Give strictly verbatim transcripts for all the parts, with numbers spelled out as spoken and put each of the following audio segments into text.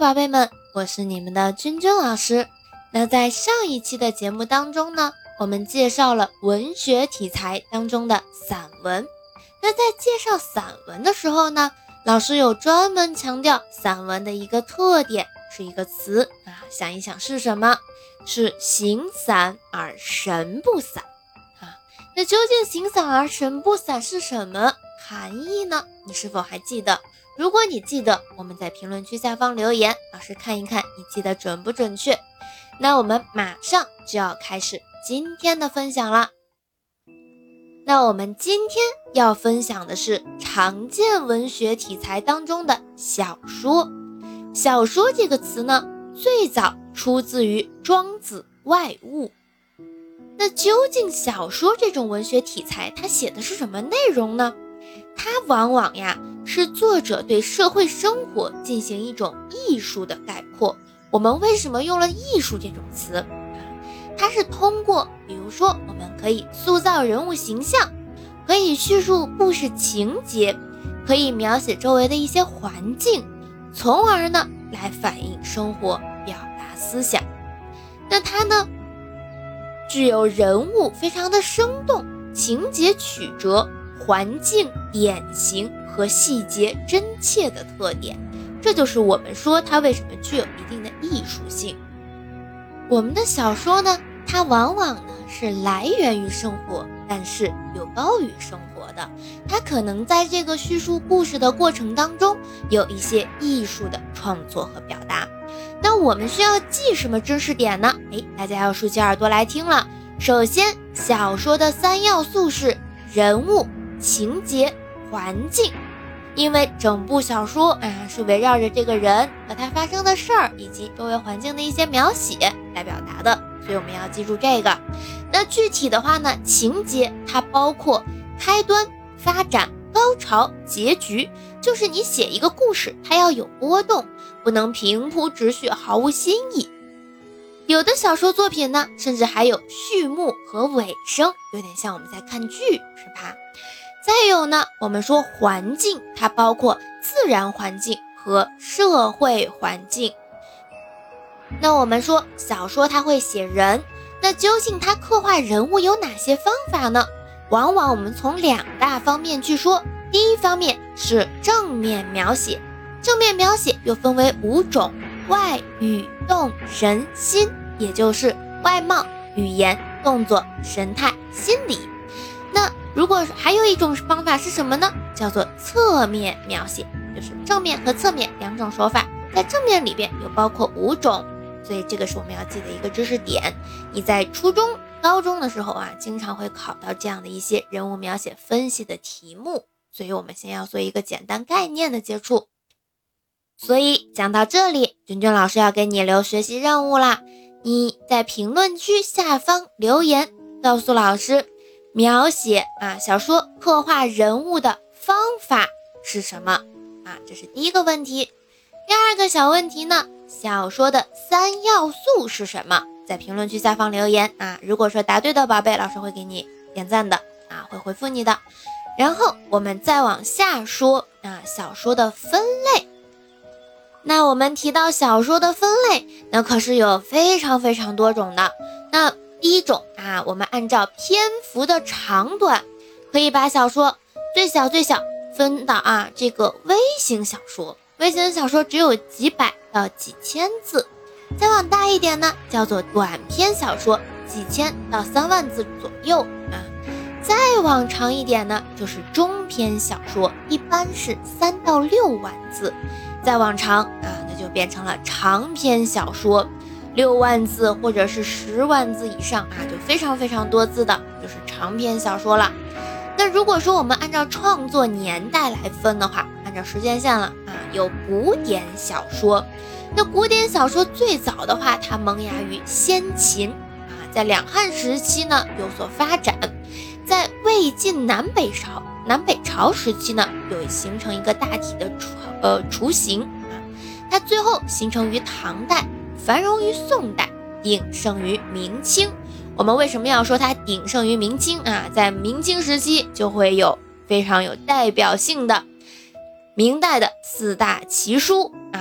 宝贝们，我是你们的君君老师。那在上一期的节目当中呢，我们介绍了文学题材当中的散文。那在介绍散文的时候呢，老师有专门强调散文的一个特点，是一个词啊，想一想是什么？是形散而神不散啊。那究竟形散而神不散是什么含义呢？你是否还记得？如果你记得，我们在评论区下方留言，老师看一看你记得准不准确。那我们马上就要开始今天的分享了。那我们今天要分享的是常见文学题材当中的小说。小说这个词呢，最早出自于庄子外物。那究竟小说这种文学题材，它写的是什么内容呢？它往往呀是作者对社会生活进行一种艺术的概括。我们为什么用了艺术这种词？它是通过比如说我们可以塑造人物形象，可以叙述故事情节，可以描写周围的一些环境，从而呢来反映生活，表达思想。那它呢具有人物非常的生动，情节曲折，环境典型和细节真切的特点，这就是我们说它为什么具有一定的艺术性。我们的小说呢，它往往呢是来源于生活，但是又高于生活的，它可能在这个叙述故事的过程当中有一些艺术的创作和表达。那我们需要记什么知识点呢？诶，大家要竖起耳朵来听了。首先，小说的三要素是人物、情节、环境。因为整部小说啊是围绕着这个人和他发生的事儿以及周围环境的一些描写来表达的，所以我们要记住这个。那具体的话呢，情节它包括开端、发展、高潮、结局，就是你写一个故事，它要有波动，不能平铺直叙，毫无新意。有的小说作品呢，甚至还有序幕和尾声，有点像我们在看剧，是吧？再有呢，我们说环境，它包括自然环境和社会环境。那我们说小说它会写人，那究竟它刻画人物有哪些方法呢？往往我们从两大方面去说。第一方面是正面描写，正面描写又分为五种：外、语、动、神、心，也就是外貌、语言、动作、神态、心理。那如果还有一种方法是什么呢？叫做侧面描写，就是正面和侧面两种手法。在正面里边有包括五种，所以这个是我们要记的一个知识点。你在初中、高中的时候啊，经常会考到这样的一些人物描写分析的题目，所以我们先要做一个简单概念的接触。所以讲到这里，君君老师要给你留学习任务啦。你在评论区下方留言，告诉老师描写啊小说刻画人物的方法是什么啊？这是第一个问题。第二个小问题呢，小说的三要素是什么？在评论区下方留言啊。如果说答对的宝贝，老师会给你点赞的啊，会回复你的。然后我们再往下说啊，小说的分类。那我们提到小说的分类，那可是有非常非常多种的。那第一种啊，我们按照篇幅的长短，可以把小说最小最小分到啊这个微型小说。微型小说只有几百到几千字。再往大一点呢，叫做短篇小说，几千到三万字左右啊。再往长一点呢，就是中篇小说，一般是三到六万字。再往长啊，那就变成了长篇小说，六万字或者是十万字以上啊，就非常非常多字的，就是长篇小说了。那如果说我们按照创作年代来分的话，按照时间线了啊，有古典小说。那古典小说最早的话，它萌芽于先秦啊，在两汉时期呢有所发展，在魏晋南北朝南北朝时期呢，有形成一个大体的雏呃雏形啊，它最后形成于唐代，繁荣于宋代，鼎盛于明清。我们为什么要说它鼎盛于明清啊？在明清时期就会有非常有代表性的明代的四大奇书啊，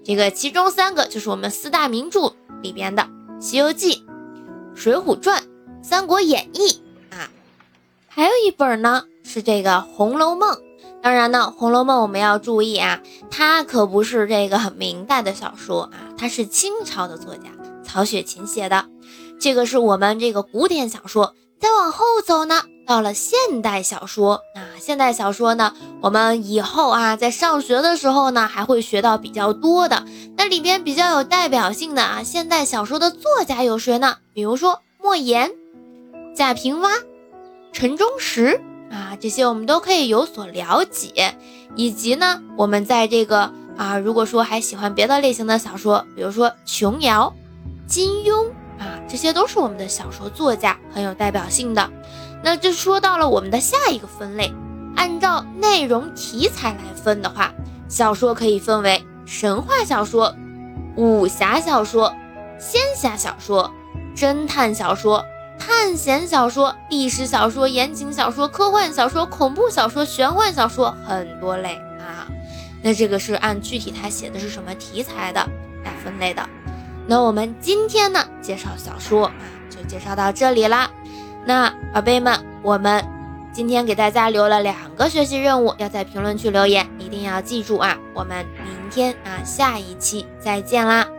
这个其中三个就是我们四大名著里边的《西游记》、《水浒传》、《三国演义》啊，还有一本呢是这个《红楼梦》。当然呢，《红楼梦》我们要注意啊，它可不是这个明代的小说啊，它是清朝的作家曹雪芹写的，这个是我们这个古典小说。再往后走呢，到了现代小说啊，现代小说呢，我们以后啊在上学的时候呢还会学到比较多的。那里边比较有代表性的啊，现代小说的作家有谁呢？比如说莫言、贾平凹、陈忠实啊，这些我们都可以有所了解。以及呢，我们在这个啊，如果说还喜欢别的类型的小说，比如说琼瑶、金庸啊，这些都是我们的小说作家，很有代表性的。那这说到了我们的下一个分类，按照内容题材来分的话，小说可以分为神话小说、武侠小说、仙侠小说、侦探小说、探险小说、历史小说、言情小说、科幻小说、恐怖小说、玄幻小说，很多类啊。那这个是按具体他写的是什么题材的来分类的。那我们今天呢介绍小说啊，就介绍到这里啦。那宝贝们，我们今天给大家留了两个学习任务，要在评论区留言，一定要记住啊。我们明天啊下一期再见啦。